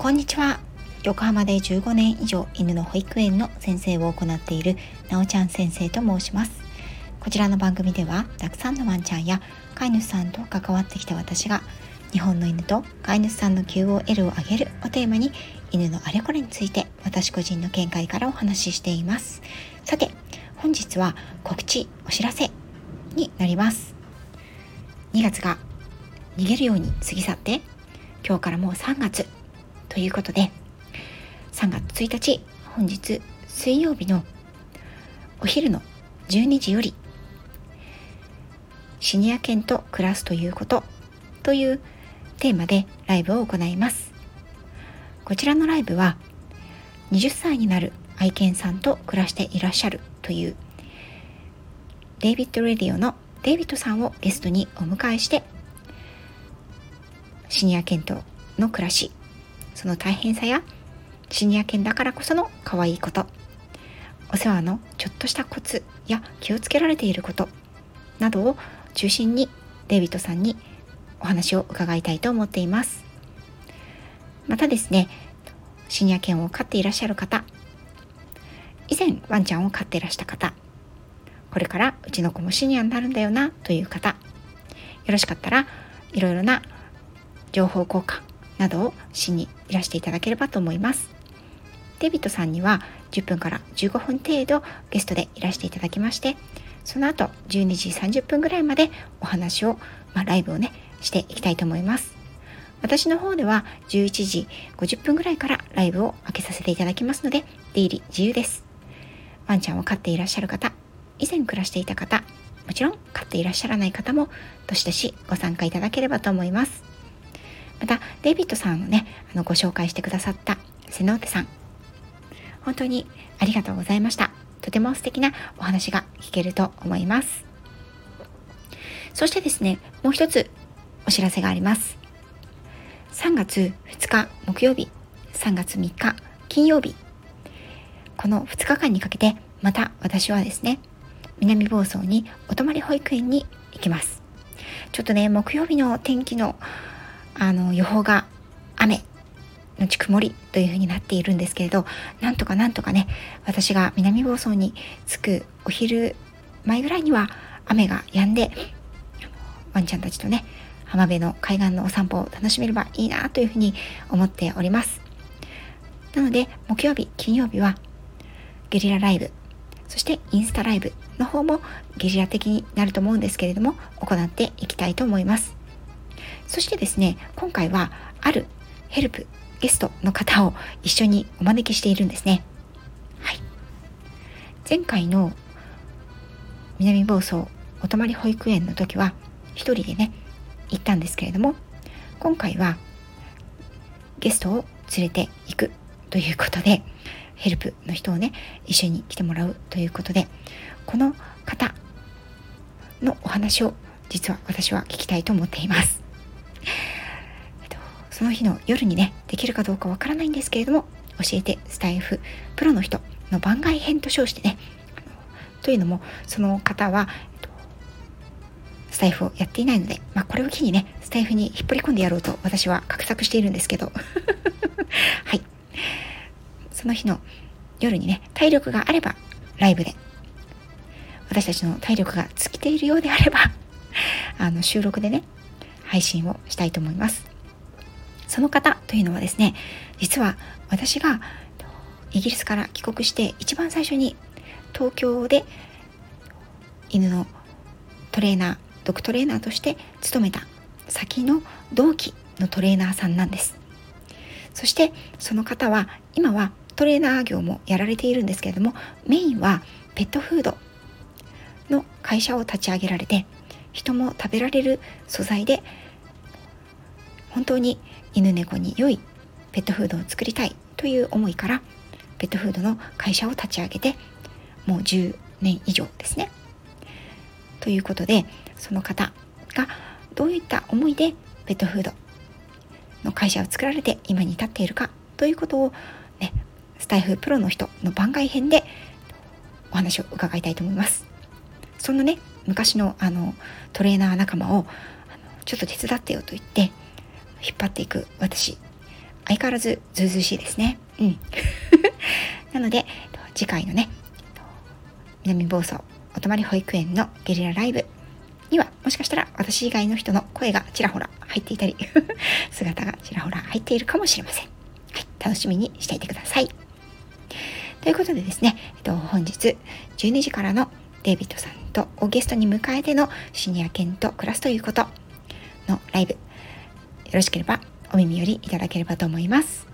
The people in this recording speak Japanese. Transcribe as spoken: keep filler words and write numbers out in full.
こんにちは。横浜でじゅうごねん以上犬の保育園の先生を行っているなおちゃん先生と申します。こちらの番組ではたくさんのワンちゃんや飼い主さんと関わってきた私が日本の犬と飼い主さんの キューオーエル を上げるをテーマに犬のあれこれについて私個人の見解からお話ししています。さて本日は告知お知らせになります。にがつが逃げるように過ぎ去って今日からもうさんがつということで、さんがつついたち本日水曜日のお昼のじゅうにじよりシニア犬と暮らすということというテーマでライブを行います。こちらのライブははたちになる愛犬さんと暮らしていらっしゃるというデイビッド・レディオのデイビッドさんをゲストにお迎えしてシニア犬との暮らし、その大変さやシニア犬だからこその可愛いこと、お世話のちょっとしたコツや気をつけられていることなどを中心にデイビッドさんにお話を伺いたいと思っています。またですね、シニア犬を飼っていらっしゃる方、以前ワンちゃんを飼っていらした方、これからうちの子もシニアになるんだよなという方、よろしかったらいろいろな情報交換などをしにいらしていただければと思います。デイビッドさんにはじゅっぷんからじゅうごふん程度ゲストでいらしていただきまして、その後じゅうにじさんじゅっぷんぐらいまでお話を、まあ、ライブをねしていきたいと思います。私の方ではじゅういちじごじゅっぷんぐらいからライブを開けさせていただきますので、出入り自由です。ワンちゃんを飼っていらっしゃる方、以前暮らしていた方、もちろん飼っていらっしゃらない方もどしどしご参加いただければと思います。またデイビッドさんをねあのご紹介してくださったセノーテさん、本当にありがとうございました。とても素敵なお話が聞けると思います。そしてですね、もう一つお知らせがあります。さんがつふつか木曜日、さんがつみっか金曜日、このふつかかんにかけてまた私はですね、南房総にお泊まり保育園に行きます。ちょっとね、木曜日の天気のあの予報が雨のち曇りという風になっているんですけれど、なんとかなんとかね、私が南房総に着くお昼前ぐらいには雨が止んで、ワンちゃんたちとね浜辺の海岸のお散歩を楽しめればいいなというふうに思っております。なので木曜日金曜日はゲリラライブ、そしてインスタライブの方もゲリラ的になると思うんですけれども行っていきたいと思います。そしてですね、今回はあるヘルプゲストの方を一緒にお招きしているんですね。はい。前回の南房総お泊まり保育園の時は一人でね行ったんですけれども、今回はゲストを連れて行くということで、ヘルプの人をね一緒に来てもらうということで、この方のお話を実は私は聞きたいと思っています。その日の夜にねできるかどうかわからないんですけれども、教えてスタイフプロの人の番外編と称してね、というのもその方はスタイフをやっていないので、まあ、これを機にねスタイフに引っ張り込んでやろうと私は画策しているんですけどはい、その日の夜にね体力があればライブで、私たちの体力が尽きているようであればあの収録でね配信をしたいと思います。その方というのはですね、実は私がイギリスから帰国して一番最初に東京で犬のトレーナー、ドッグトレーナーとして勤めた先の同期のトレーナーさんなんです。そしてその方は今はトレーナー業もやられているんですけれども、メインはペットフードの会社を立ち上げられて、人も食べられる素材で本当に犬猫に良いペットフードを作りたいという思いからペットフードの会社を立ち上げてもうじゅうねん以上ですね。ということで、その方がどういった思いでペットフードの会社を作られて今に至っているかということをね、スタイフプロの人の番外編でお話を伺いたいと思います。そのね昔のあのトレーナー仲間をあのちょっと手伝ってよと言って引っ張っていく私、 相変わらずずうずうしいですね。うんなので次回のね南房総お泊まり保育園のゲリラライブにはもしかしたら私以外の人の声がちらほら入っていたり姿がちらほら入っているかもしれません。はい、楽しみにしていてください。ということでですね、えっと、本日じゅうにじからのデイビッドさんとをゲストに迎えてのシニア犬と暮らすということのライブ、よろしければお耳寄りいただければと思います。